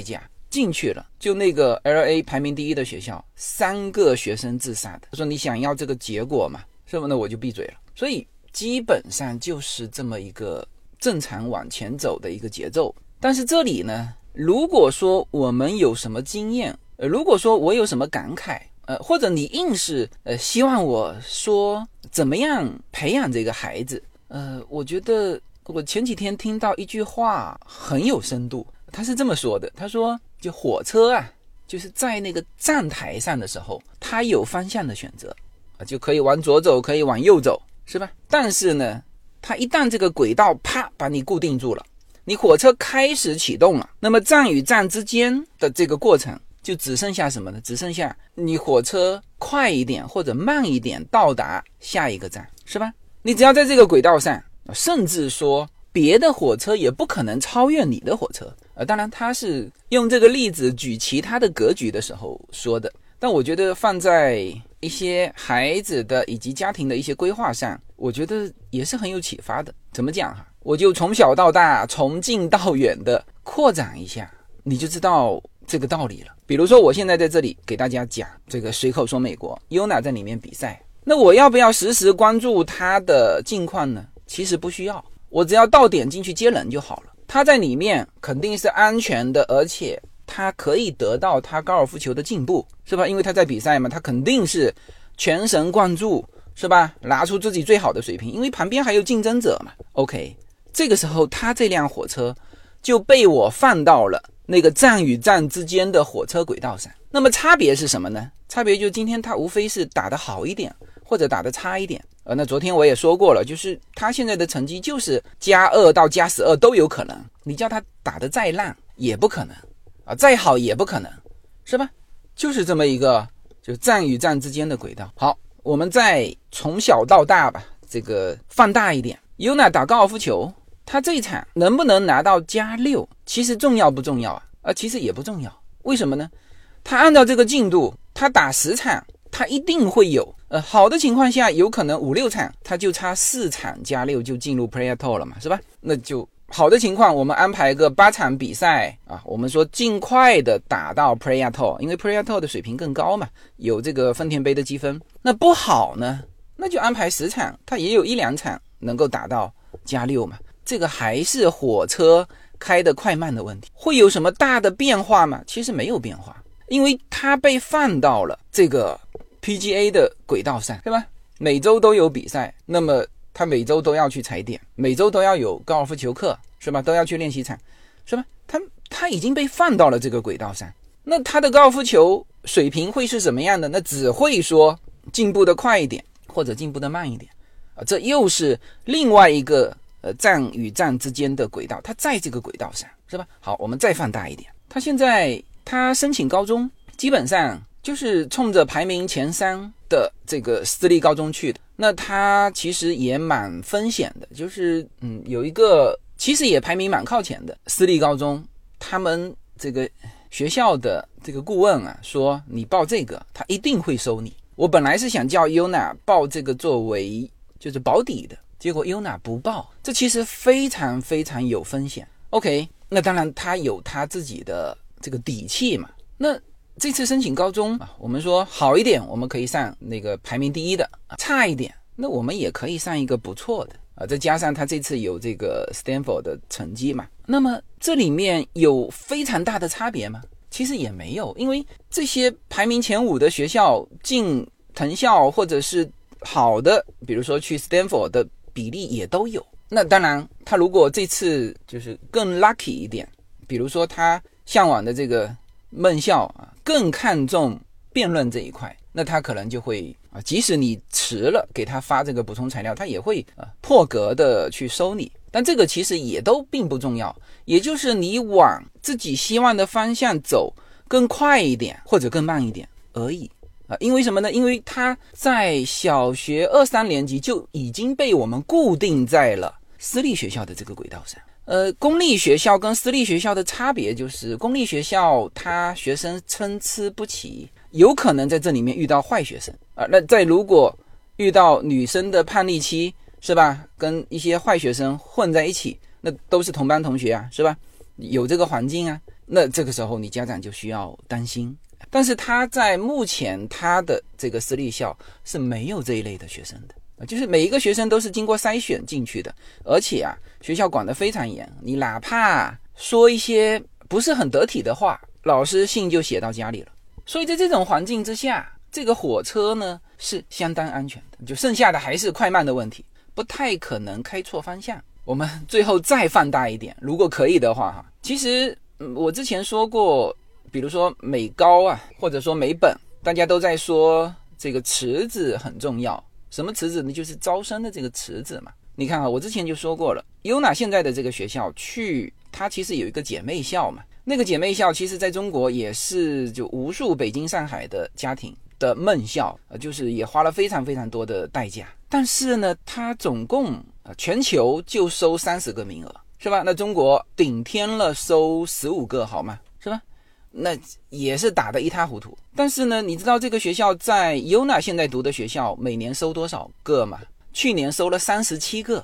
进去了，就那个 LA 排名第一的学校，3个学生自杀的。他说你想要这个结果嘛，是不？那我就闭嘴了。所以基本上就是这么一个正常往前走的一个节奏。但是这里呢，如果说我们有什么经验，如果说我有什么感慨，或者你硬是希望我说怎么样培养这个孩子，我觉得我前几天听到一句话很有深度，他是这么说的，他说就火车啊，就是在那个站台上的时候，它有方向的选择，就可以往左走，可以往右走，是吧？但是呢，它一旦这个轨道啪把你固定住了，你火车开始启动了，那么站与站之间的这个过程就只剩下什么呢？只剩下你火车快一点或者慢一点到达下一个站，是吧？你只要在这个轨道上，甚至说别的火车也不可能超越你的火车。当然他是用这个例子举其他的格局的时候说的，但我觉得放在一些孩子的以及家庭的一些规划上，我觉得也是很有启发的。怎么讲哈？我就从小到大，从近到远的扩展一下，你就知道这个道理了。比如说我现在在这里给大家讲这个随口说美国 Yona 在里面比赛，那我要不要时时关注他的近况呢？其实不需要，我只要到点进去接人就好了。他在里面肯定是安全的，而且他可以得到他高尔夫球的进步，是吧？因为他在比赛嘛，他肯定是全神贯注，是吧？拿出自己最好的水平，因为旁边还有竞争者嘛。OK， 这个时候他这辆火车就被我放到了那个站与站之间的火车轨道上。那么差别是什么呢？差别就是今天他无非是打得好一点，或者打得差一点。那昨天我也说过了，就是他现在的成绩就是+2到+12都有可能，你叫他打得再烂也不可能啊，再好也不可能，是吧？就是这么一个就站与站之间的轨道。好，我们再从小到大吧，这个放大一点。Yona 打高尔夫球，他这一场能不能拿到+6，其实重要不重要啊？其实也不重要。为什么呢？他按照这个进度，他打10场，他一定会有好的情况下有可能5-6场，他就差4场+6就进入 Play Tour 了嘛，是吧？那就好的情况我们安排个8场比赛啊，我们说尽快的打到 Play Tour， 因为 Play Tour 的水平更高嘛，有这个丰田杯的积分。那不好呢，那就安排10场，他也有1-2场能够打到+6嘛。这个还是火车开的快慢的问题，会有什么大的变化吗？其实没有变化，因为它被放到了这个 PGA 的轨道上，对吧？每周都有比赛，那么他每周都要去踩点，每周都要有高尔夫球课，是吧？都要去练习场，是吧？他已经被放到了这个轨道上，那他的高尔夫球水平会是什么样的？那只会说进步的快一点，或者进步的慢一点啊，这又是另外一个站与站之间的轨道，他在这个轨道上，是吧？好，我们再放大一点，他现在他申请高中基本上就是冲着排名前3的这个私立高中去的。那他其实也蛮风险的，就是有一个其实也排名蛮靠前的私立高中，他们这个学校的这个顾问啊说你报这个他一定会收你。我本来是想叫 Yona 报这个作为就是保底的，结果 Yona 不报，这其实非常非常有风险。 OK， 那当然他有他自己的这个底气嘛。那这次申请高中啊，我们说好一点我们可以上那个排名第1的，差一点那我们也可以上一个不错的啊，再加上他这次有这个 Stanford 的成绩嘛，那么这里面有非常大的差别吗？其实也没有，因为这些排名前5的学校进藤校或者是好的，比如说去 Stanford 的比例也都有。那当然他如果这次就是更 lucky 一点，比如说他向往的这个梦校啊更看重辩论这一块，那他可能就会即使你迟了给他发这个补充材料，他也会破格的去收你。但这个其实也都并不重要，也就是你往自己希望的方向走更快一点或者更慢一点而已因为什么呢？因为他在小学2、3年级就已经被我们固定在了私立学校的这个轨道上。公立学校跟私立学校的差别就是公立学校他学生参差不齐，有可能在这里面遇到坏学生那在如果遇到女生的叛逆期，是吧？跟一些坏学生混在一起，那都是同班同学啊，是吧？有这个环境啊， 那这个时候你家长就需要担心。但是他在目前他的这个私立校是没有这一类的学生的，就是每一个学生都是经过筛选进去的，而且学校管得非常严，你哪怕说一些不是很得体的话，老师信就写到家里了。所以在这种环境之下，这个火车呢是相当安全的，就剩下的还是快慢的问题，不太可能开错方向。我们最后再放大一点，如果可以的话其实我之前说过，比如说美高或者说美本，大家都在说这个池子很重要。什么池子呢？就是招生的这个池子嘛。你看我之前就说过了，UNA现在的这个学校它其实有一个姐妹校嘛，那个姐妹校其实在中国也是就无数北京上海的家庭的梦校，就是也花了非常非常多的代价。但是呢，它总共全球就收30个名额，是吧？那中国顶天了收15个好吗？是吧？那也是打得一塌糊涂。但是呢，你知道这个学校在 UNA 现在读的学校每年收多少个吗？去年收了37个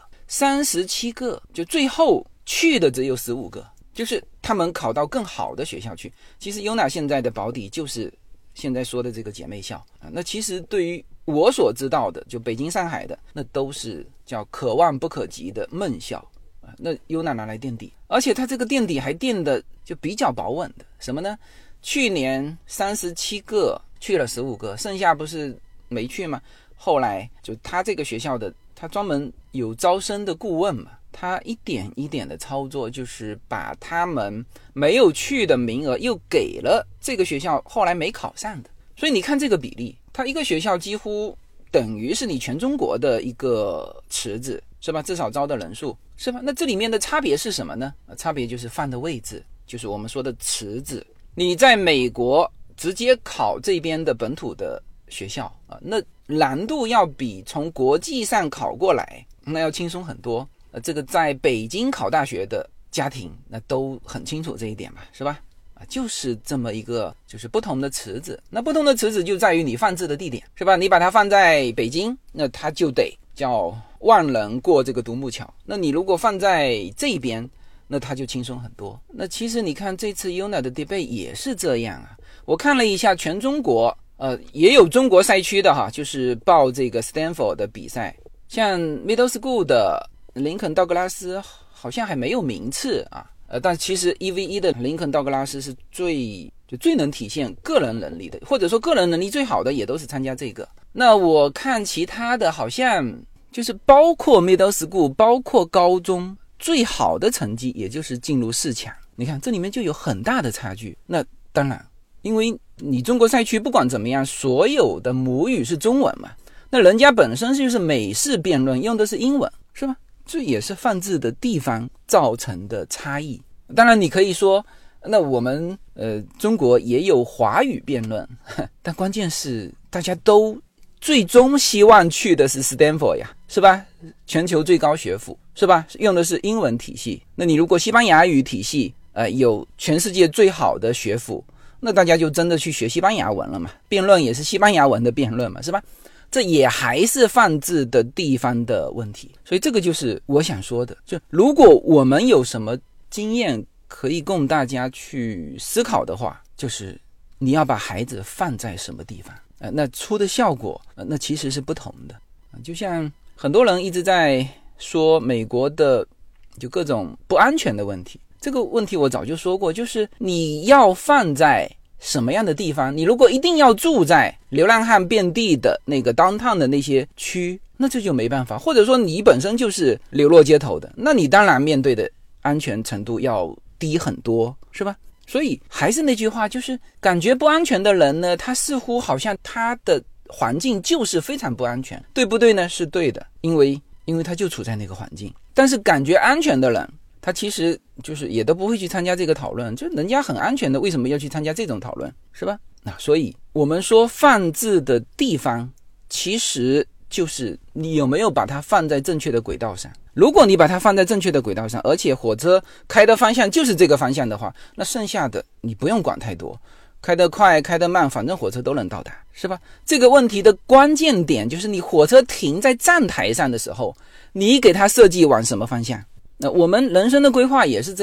，37个，就最后去的只有15个，就是他们考到更好的学校去。其实 UNA 现在的保底就是现在说的这个姐妹校那其实对于我所知道的，就北京上海的，那都是叫可望不可及的梦校那 UNA 拿来垫底，而且它这个垫底还垫的就比较保稳的。什么呢？去年37个去了15个，剩下不是没去吗？后来就他这个学校的，他专门有招生的顾问嘛，他一点一点的操作，就是把他们没有去的名额又给了这个学校后来没考上的。所以你看这个比例，他一个学校几乎等于是你全中国的一个池子，是吧？至少招的人数，是吧？那这里面的差别是什么呢？差别就是放的位置，就是我们说的池子。你在美国直接考这边的本土的学校那难度要比从国际上考过来那要轻松很多。这个在北京考大学的家庭那都很清楚这一点嘛，是吧？就是这么一个就是不同的池子。那不同的池子就在于你放置的地点，是吧？你把它放在北京，那它就得叫万人过这个独木桥。那你如果放在这边，那它就轻松很多。那其实你看这次 UNA 的 debate 也是这样我看了一下全中国也有中国赛区的就是报这个 Stanford 的比赛，像 Middle School 的林肯道格拉斯好像还没有名次但其实 EV1 的林肯道格拉斯是最能体现个人能力的，或者说个人能力最好的也都是参加这个。那我看其他的好像就是包括 Middle School 包括高中最好的成绩也就是进入4强，你看这里面就有很大的差距。那当然因为你中国赛区不管怎么样所有的母语是中文嘛，那人家本身就是美式辩论用的是英文，是吧？这也是放置的地方造成的差异。当然你可以说那我们中国也有华语辩论，但关键是大家都最终希望去的是 Stanford 呀，是吧？全球最高学府，是吧？用的是英文体系。那你如果西班牙语体系有全世界最好的学府，那大家就真的去学西班牙文了嘛，辩论也是西班牙文的辩论嘛，是吧？这也还是放置的地方的问题。所以这个就是我想说的，就如果我们有什么经验可以供大家去思考的话，就是你要把孩子放在什么地方那出的效果那其实是不同的。就像很多人一直在说美国的就各种不安全的问题，这个问题我早就说过，就是你要放在什么样的地方。你如果一定要住在流浪汉遍地的那个 downtown 的那些区，那这就没办法。或者说你本身就是流落街头的，那你当然面对的安全程度要低很多，是吧？所以还是那句话，就是感觉不安全的人呢，他似乎好像他的环境就是非常不安全，对不对呢？是对的，因为他就处在那个环境。但是感觉安全的人，他其实就是也都不会去参加这个讨论，就人家很安全的，为什么要去参加这种讨论，是吧？所以我们说放置的地方其实就是你有没有把它放在正确的轨道上。如果你把它放在正确的轨道上，而且火车开的方向就是这个方向的话，那剩下的你不用管太多，开得快开得慢反正火车都能到达，是吧？这个问题的关键点就是你火车停在站台上的时候，你给它设计往什么方向。那我们人生的规划也是这样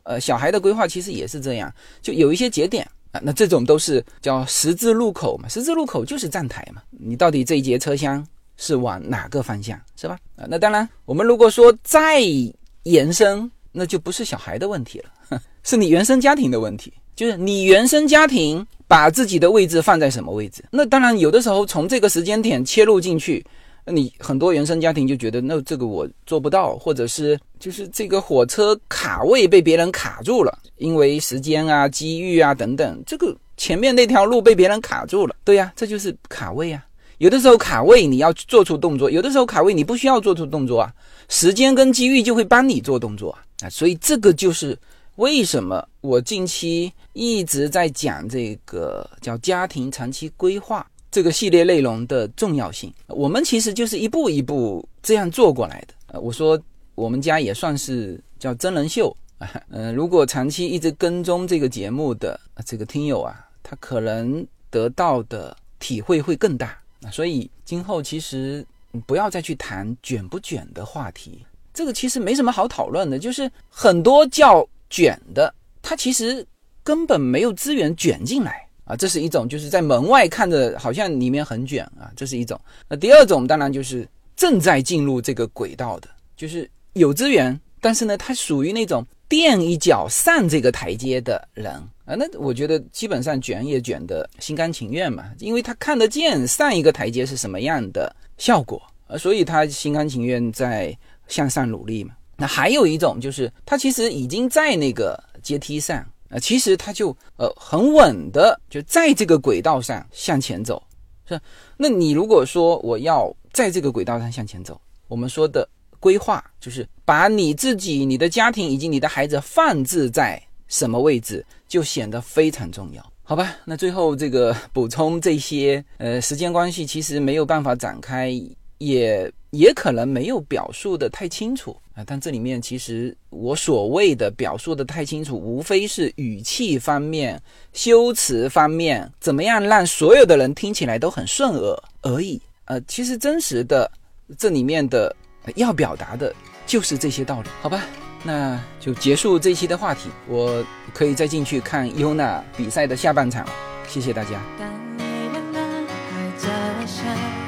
小孩的规划其实也是这样，就有一些节点啊，那这种都是叫十字路口嘛，十字路口就是站台嘛，你到底这一节车厢是往哪个方向，是吧？那当然，我们如果说再延伸，那就不是小孩的问题了，是你原生家庭的问题，就是你原生家庭把自己的位置放在什么位置。那当然，有的时候从这个时间点切入进去，你很多原生家庭就觉得那这个我做不到，或者是就是这个火车卡位被别人卡住了，因为时间啊、机遇啊等等，这个前面那条路被别人卡住了。对呀，这就是卡位啊。有的时候卡位你要做出动作，有的时候卡位你不需要做出动作啊，时间跟机遇就会帮你做动作啊。所以这个就是为什么我近期一直在讲这个叫家庭长期规划这个系列内容的重要性。我们其实就是一步一步这样做过来的。我说我们家也算是叫真人秀。如果长期一直跟踪这个节目的这个听友啊，他可能得到的体会会更大。所以今后其实不要再去谈卷不卷的话题，这个其实没什么好讨论的，就是很多叫卷的，它其实根本没有资源卷进来啊，这是一种，就是在门外看着好像里面很卷啊，这是一种。那第二种当然就是正在进入这个轨道的，就是有资源，但是呢，它属于那种垫一脚上这个台阶的人啊，那我觉得基本上卷也卷的心甘情愿嘛，因为他看得见上一个台阶是什么样的效果，所以他心甘情愿在向上努力嘛。那还有一种就是他其实已经在那个阶梯上，其实他就很稳的就在这个轨道上向前走，是。那你如果说我要在这个轨道上向前走，我们说的规划就是把你自己、你的家庭以及你的孩子放置在什么位置，就显得非常重要，好吧？那最后这个补充这些，时间关系其实没有办法展开，也可能没有表述的太清楚啊。但这里面其实我所谓的表述的太清楚，无非是语气方面、修辞方面，怎么样让所有的人听起来都很顺耳而已。其实真实的这里面的要表达的就是这些道理，好吧？那就结束这期的话题，我可以再进去看优娜比赛的下半场了。谢谢大家。 当你慢慢还在微笑，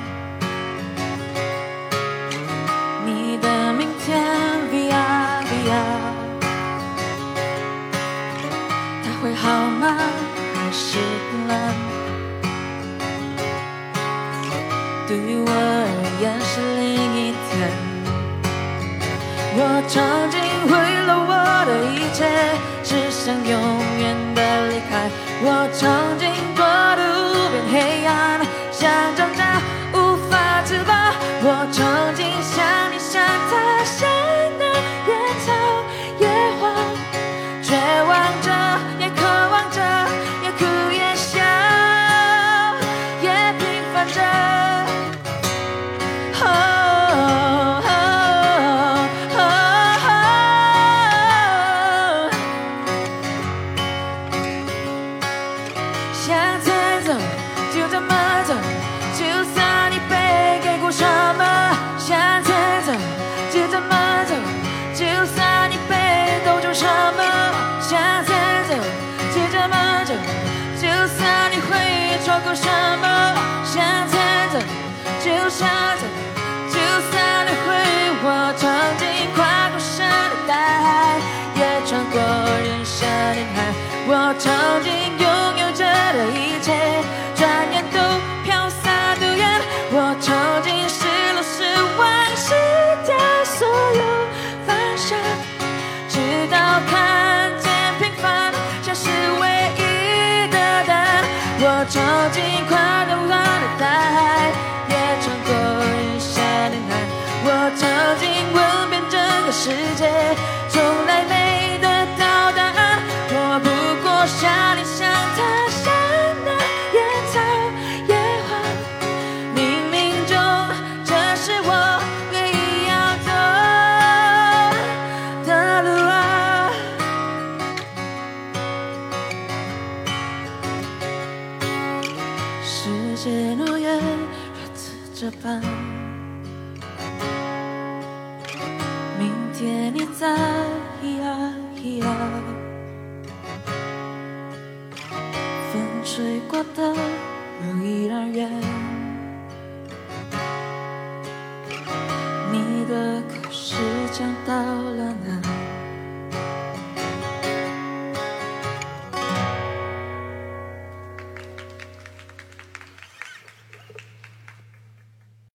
你的明天 VR， 它会好吗？还是冷？对于我而言是另一天。我尝尽毁了我的一切，只想永远的离开。我尝尽过的无边黑暗，想挣扎无法自拔。我尝尽像你像他像那野草野花，绝望着也渴望着，也哭也笑也平凡着。错过什么？向前走，就向走，就算你会。我尝尽跨过山的大海，也穿过人生的海。我尝尽拥有着的一切，转眼都飘散多远。我尝尽失落失望失掉所有方向，直到看见平凡像是唯一的答案。我尝尽跨过的大海，也穿过人山人海。我尝尽问遍整个世界，从来没得到答案。我不过像你像他像那野草野花，冥冥中这是我唯一要走的路啊。世界诺言如此这般，明天你在意啊起了风吹过的路依然远，你的故事讲到了哪